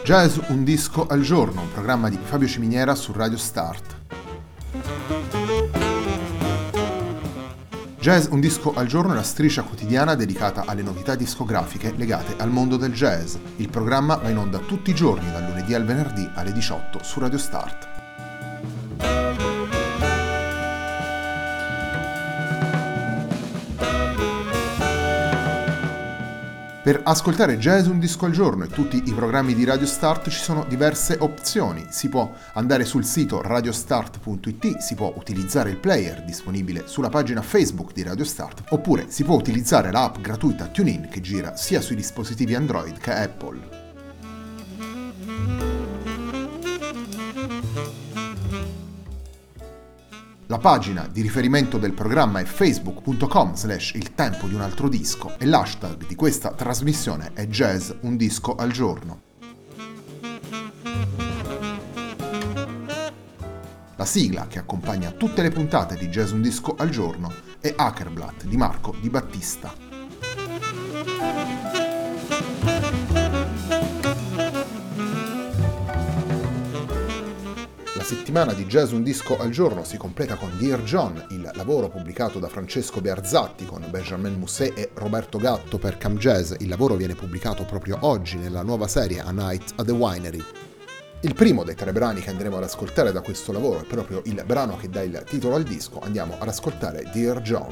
Jazz un disco al giorno, un programma di Fabio Ciminiera su Radio Start. Jazz un disco al giorno è la striscia quotidiana dedicata alle novità discografiche legate al mondo del jazz. Il programma va in onda tutti i giorni, dal lunedì al venerdì alle 18 su Radio Start. Per ascoltare Jazz un disco al giorno e tutti i programmi di Radio Start ci sono diverse opzioni. Si può andare sul sito radiostart.it, si può utilizzare il player disponibile sulla pagina Facebook di Radio Start, oppure si può utilizzare l'app gratuita TuneIn che gira sia sui dispositivi Android che Apple. La pagina di riferimento del programma è facebook.com/il tempo di un altro disco e l'hashtag di questa trasmissione è Jazz un disco al giorno. La sigla che accompagna tutte le puntate di Jazz un disco al giorno è Hackerblatt di Marco Di Battista. La settimana di Jazz un disco al giorno si completa con Dear John, il lavoro pubblicato da Francesco Bearzatti con Benjamin Musset e Roberto Gatto per Cam Jazz. Il lavoro viene pubblicato proprio oggi nella nuova serie A Night at the Winery. Il primo dei 3 brani che andremo ad ascoltare da questo lavoro è proprio il brano che dà il titolo al disco. Andiamo ad ascoltare Dear John.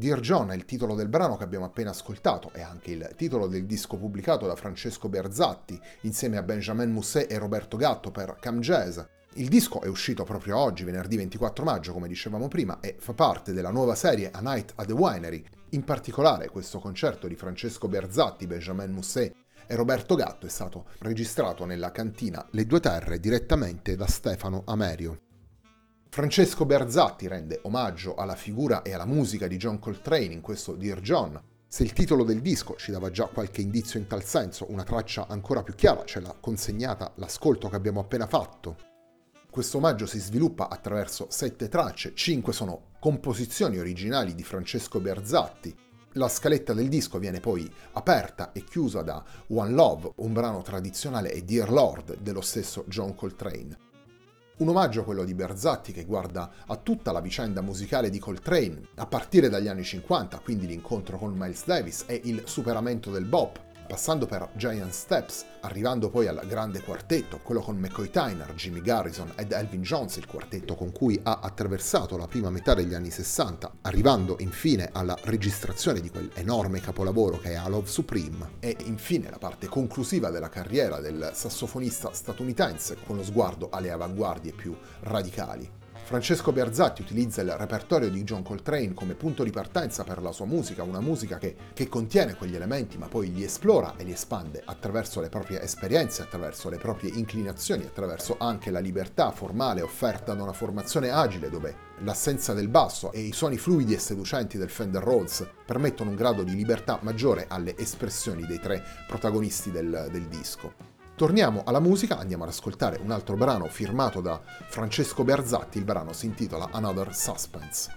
Dear John è il titolo del brano che abbiamo appena ascoltato, è anche il titolo del disco pubblicato da Francesco Bearzatti insieme a Benjamin Musset e Roberto Gatto per Come Jazz. Il disco è uscito proprio oggi, venerdì 24 maggio, come dicevamo prima, e fa parte della nuova serie A Night at the Winery. In particolare questo concerto di Francesco Bearzatti, Benjamin Musset e Roberto Gatto è stato registrato nella cantina Le Due Terre direttamente da Stefano Amerio. Francesco Bearzatti rende omaggio alla figura e alla musica di John Coltrane in questo Dear John. Se il titolo del disco ci dava già qualche indizio in tal senso, una traccia ancora più chiara ce l'ha consegnata l'ascolto che abbiamo appena fatto. Questo omaggio si sviluppa attraverso 7 tracce, 5 sono composizioni originali di Francesco Bearzatti. La scaletta del disco viene poi aperta e chiusa da One Love, un brano tradizionale, e Dear Lord dello stesso John Coltrane. Un omaggio, quello di Bearzatti, che guarda a tutta la vicenda musicale di Coltrane, a partire dagli anni 50, quindi l'incontro con Miles Davis e il superamento del bop, passando per Giant Steps, arrivando poi al grande quartetto, quello con McCoy Tyner, Jimmy Garrison ed Elvin Jones, il quartetto con cui ha attraversato la prima metà degli anni 60, arrivando infine alla registrazione di quel enorme capolavoro che è A Love Supreme, e infine la parte conclusiva della carriera del sassofonista statunitense con lo sguardo alle avanguardie più radicali. Francesco Bearzatti utilizza il repertorio di John Coltrane come punto di partenza per la sua musica, una musica che contiene quegli elementi ma poi li esplora e li espande attraverso le proprie esperienze, attraverso le proprie inclinazioni, attraverso anche la libertà formale offerta da una formazione agile dove l'assenza del basso e i suoni fluidi e seducenti del Fender Rhodes permettono un grado di libertà maggiore alle espressioni dei 3 protagonisti del disco. Torniamo alla musica, andiamo ad ascoltare un altro brano firmato da Francesco Bearzatti, il brano si intitola Another Suspense.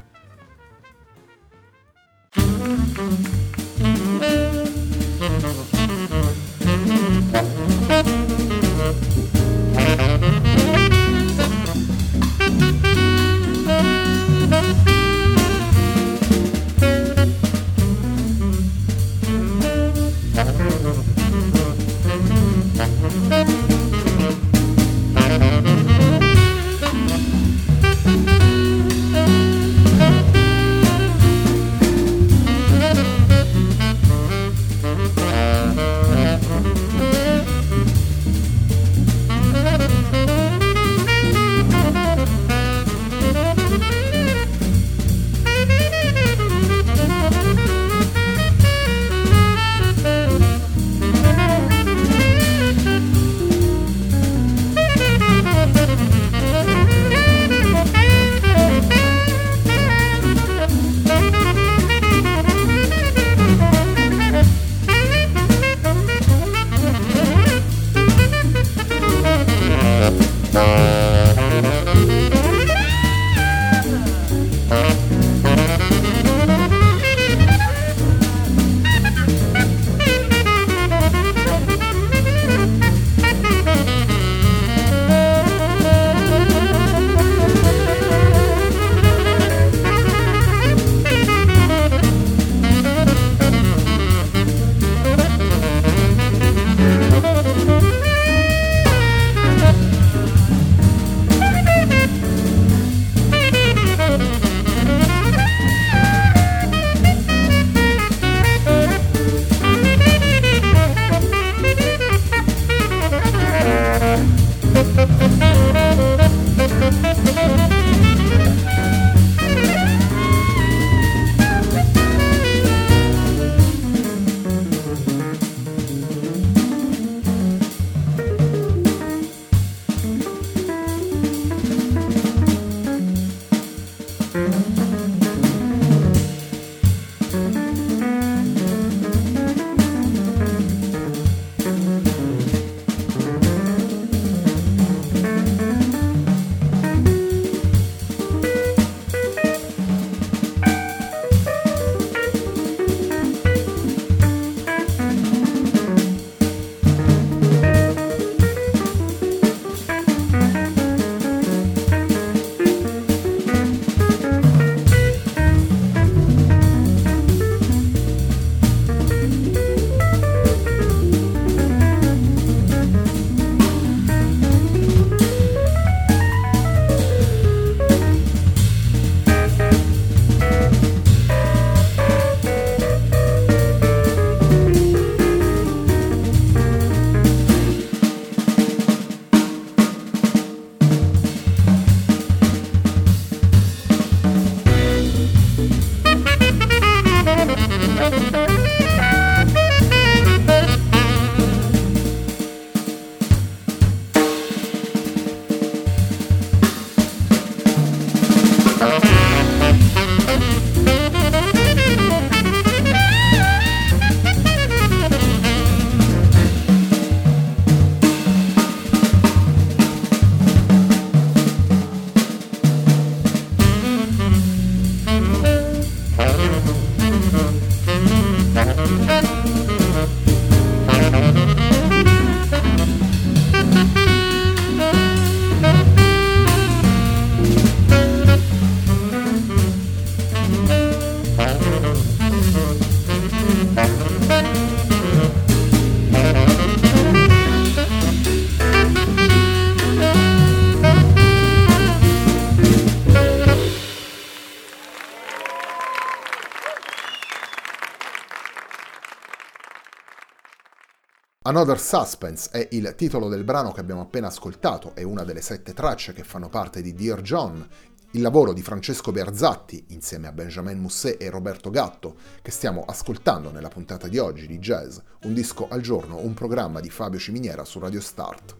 Another Suspense è il titolo del brano che abbiamo appena ascoltato, è una delle 7 tracce che fanno parte di Dear John, il lavoro di Francesco Bearzatti insieme a Benjamin Musset e Roberto Gatto, che stiamo ascoltando nella puntata di oggi di Jazz, un disco al giorno, un programma di Fabio Ciminiera su Radio Start.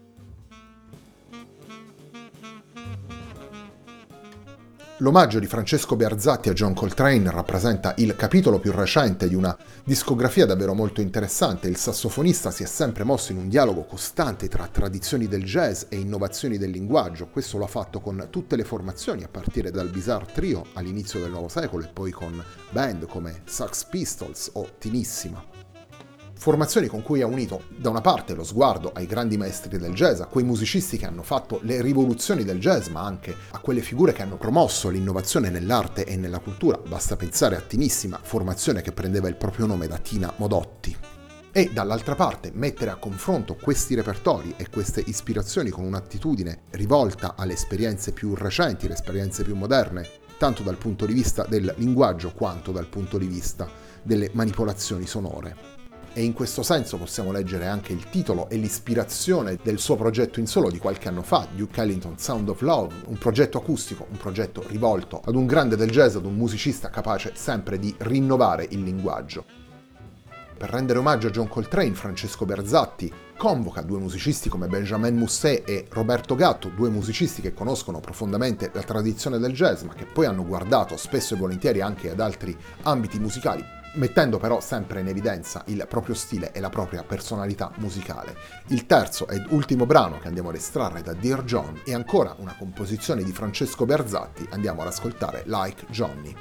L'omaggio di Francesco Bearzatti a John Coltrane rappresenta il capitolo più recente di una discografia davvero molto interessante. Il sassofonista si è sempre mosso in un dialogo costante tra tradizioni del jazz e innovazioni del linguaggio. Questo lo ha fatto con tutte le formazioni, a partire dal Bizarre Trio all'inizio del nuovo secolo e poi con band come Sex Pistols o Tinissima. Formazioni con cui ha unito da una parte lo sguardo ai grandi maestri del jazz, a quei musicisti che hanno fatto le rivoluzioni del jazz, ma anche a quelle figure che hanno promosso l'innovazione nell'arte e nella cultura. Basta pensare a Tinissima, formazione che prendeva il proprio nome da Tina Modotti. E dall'altra parte mettere a confronto questi repertori e queste ispirazioni con un'attitudine rivolta alle esperienze più recenti, le esperienze più moderne, tanto dal punto di vista del linguaggio quanto dal punto di vista delle manipolazioni sonore. E in questo senso possiamo leggere anche il titolo e l'ispirazione del suo progetto in solo di qualche anno fa, Duke Ellington Sound of Love, un progetto acustico, un progetto rivolto ad un grande del jazz, ad un musicista capace sempre di rinnovare il linguaggio. Per rendere omaggio a John Coltrane, Francesco Bearzatti convoca due musicisti come Benjamin Musset e Roberto Gatto, due musicisti che conoscono profondamente la tradizione del jazz, ma che poi hanno guardato spesso e volentieri anche ad altri ambiti musicali, mettendo però sempre in evidenza il proprio stile e la propria personalità musicale. Il terzo ed ultimo brano che andiamo ad estrarre da Dear John è ancora una composizione di Francesco Bearzatti, andiamo ad ascoltare Like Johnny.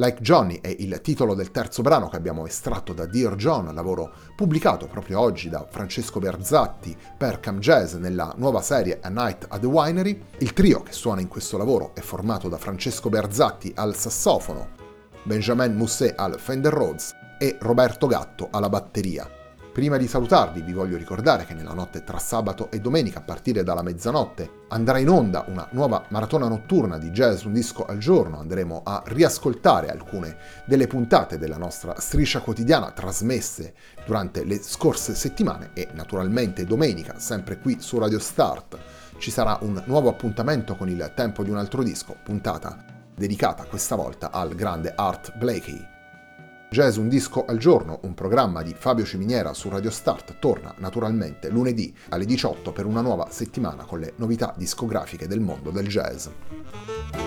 Like Johnny è il titolo del terzo brano che abbiamo estratto da Dear John, lavoro pubblicato proprio oggi da Francesco Berzatti per Come Jazz nella nuova serie A Night at the Winery. Il trio che suona in questo lavoro è formato da Francesco Berzatti al sassofono, Benjamin Musset al Fender Rhodes e Roberto Gatto alla batteria. Prima di salutarvi vi voglio ricordare che nella notte tra sabato e domenica a partire dalla mezzanotte andrà in onda una nuova maratona notturna di Jazz Un Disco al Giorno. Andremo a riascoltare alcune delle puntate della nostra striscia quotidiana trasmesse durante le scorse settimane e naturalmente domenica, sempre qui su Radio Start, ci sarà un nuovo appuntamento con Il tempo di un altro disco, puntata dedicata questa volta al grande Art Blakey. Jazz Un Disco al Giorno, un programma di Fabio Ciminiera su Radio Start, torna naturalmente lunedì alle 18 per una nuova settimana con le novità discografiche del mondo del jazz.